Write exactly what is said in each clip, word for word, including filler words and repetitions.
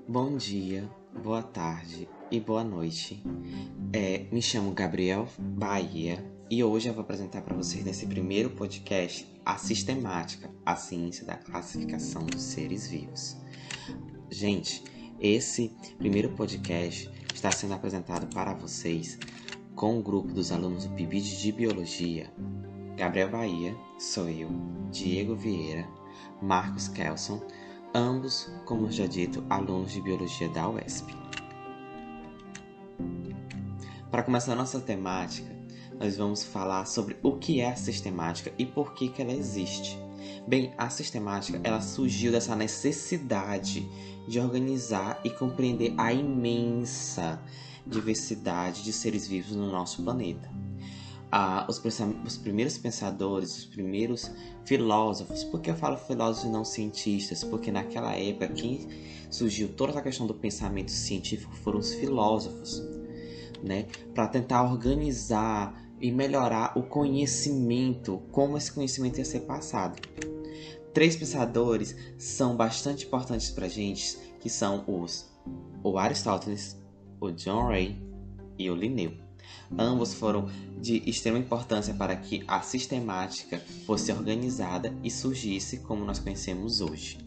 Bom dia, boa tarde e boa noite. É, me chamo Gabriel Bahia e hoje eu vou apresentar para vocês nesse primeiro podcast a sistemática, a ciência da classificação dos seres vivos. Gente, esse primeiro podcast está sendo apresentado para vocês com o grupo dos alunos do P I B I D de Biologia. Gabriel Bahia, sou eu, Diego Vieira, Marcos Kelson, ambos, como já dito, alunos de Biologia da U E S P. Para começar a nossa temática, nós vamos falar sobre o que é a sistemática e por que, que ela existe. Bem, a sistemática ela surgiu dessa necessidade de organizar e compreender a imensa diversidade de seres vivos no nosso planeta. Ah, os, os primeiros pensadores, os primeiros filósofos, por que eu falo filósofos e não cientistas? Porque naquela época quem surgiu toda a questão do pensamento científico foram os filósofos, né? Para tentar organizar e melhorar o conhecimento, como esse conhecimento ia ser passado. Três pensadores são bastante importantes para a gente, que são os o Aristóteles, o John Ray e o Linneu. Ambos foram de extrema importância para que a sistemática fosse organizada e surgisse como nós conhecemos hoje.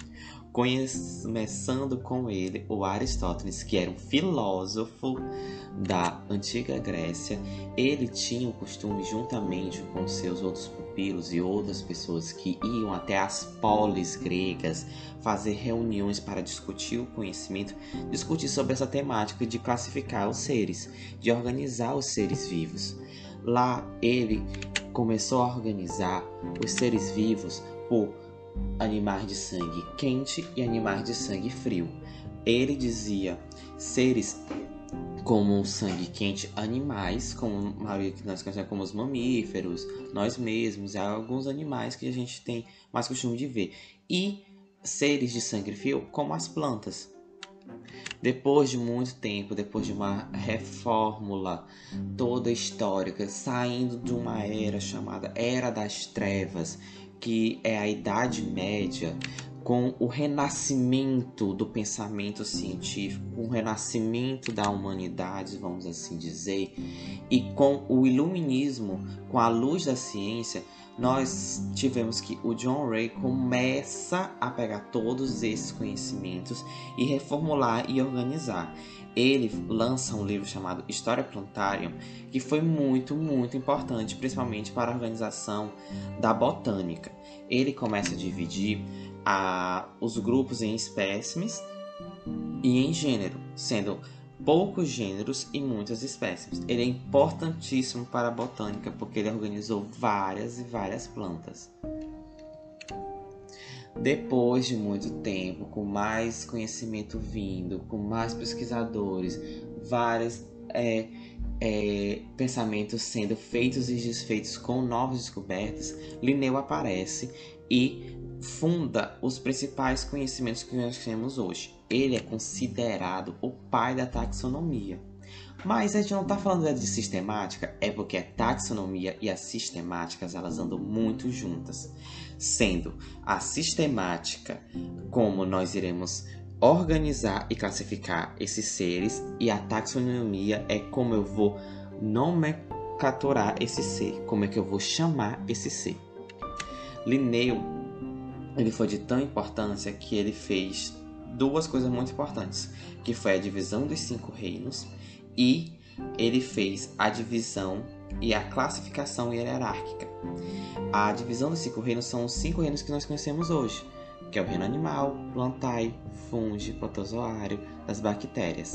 Começando com ele, o Aristóteles, que era um filósofo da antiga Grécia, ele tinha o costume, juntamente com seus outros pupilos e outras pessoas que iam até as polis gregas fazer reuniões para discutir o conhecimento, discutir sobre essa temática de classificar os seres, de organizar os seres vivos. Lá ele começou a organizar os seres vivos por animais de sangue quente e animais de sangue frio. Ele dizia seres como sangue quente, animais, como a maioria que nós conhecemos como os mamíferos, nós mesmos, e alguns animais que a gente tem mais costume de ver, e seres de sangue frio, como as plantas. Depois de muito tempo, depois de uma reformula toda histórica, saindo de uma era chamada Era das Trevas, que é a Idade Média, com o renascimento do pensamento científico, com o renascimento da humanidade, vamos assim dizer, e com o iluminismo, com a luz da ciência, nós tivemos que o John Ray começa a pegar todos esses conhecimentos e reformular e organizar. Ele lança um livro chamado História Plantarum, que foi muito, muito importante, principalmente para a organização da botânica. Ele começa a dividir a, os grupos em espécimes e em gênero, sendo poucos gêneros e muitas espécimes. Ele é importantíssimo para a botânica, porque ele organizou várias e várias plantas. Depois de muito tempo, com mais conhecimento vindo, com mais pesquisadores, vários é, é, pensamentos sendo feitos e desfeitos com novas descobertas, Linneu aparece e funda os principais conhecimentos que nós temos hoje. Ele é considerado o pai da taxonomia. Mas a gente não está falando de sistemática, é porque a taxonomia e as sistemáticas elas andam muito juntas. Sendo a sistemática como nós iremos organizar e classificar esses seres, e a taxonomia é como eu vou nomenclaturar esse ser, como é que eu vou chamar esse ser. Linneu, ele foi de tão importância que ele fez duas coisas muito importantes, que foi a divisão dos cinco reinos e ele fez a divisão e a classificação hierárquica. A divisão dos cinco reinos são os cinco reinos que nós conhecemos hoje, que é o reino animal, plantae, fungi, protozoário, das bactérias.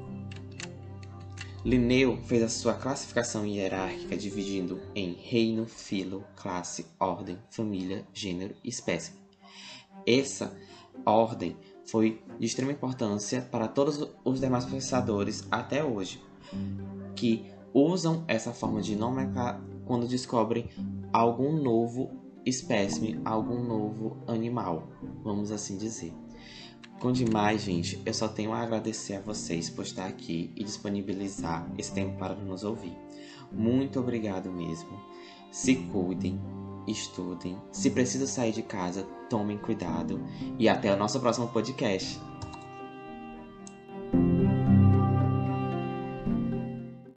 Linneu fez a sua classificação hierárquica dividindo em reino, filo, classe, ordem, família, gênero e espécie. Essa ordem foi de extrema importância para todos os demais pensadores até hoje, que usam essa forma de nomenclatura quando descobrem algum novo espécime, algum novo animal, vamos assim dizer. Com demais, gente, eu só tenho a agradecer a vocês por estar aqui e disponibilizar esse tempo para nos ouvir. Muito obrigado mesmo. Se cuidem, estudem. Se precisa sair de casa, tomem cuidado. E até o nosso próximo podcast.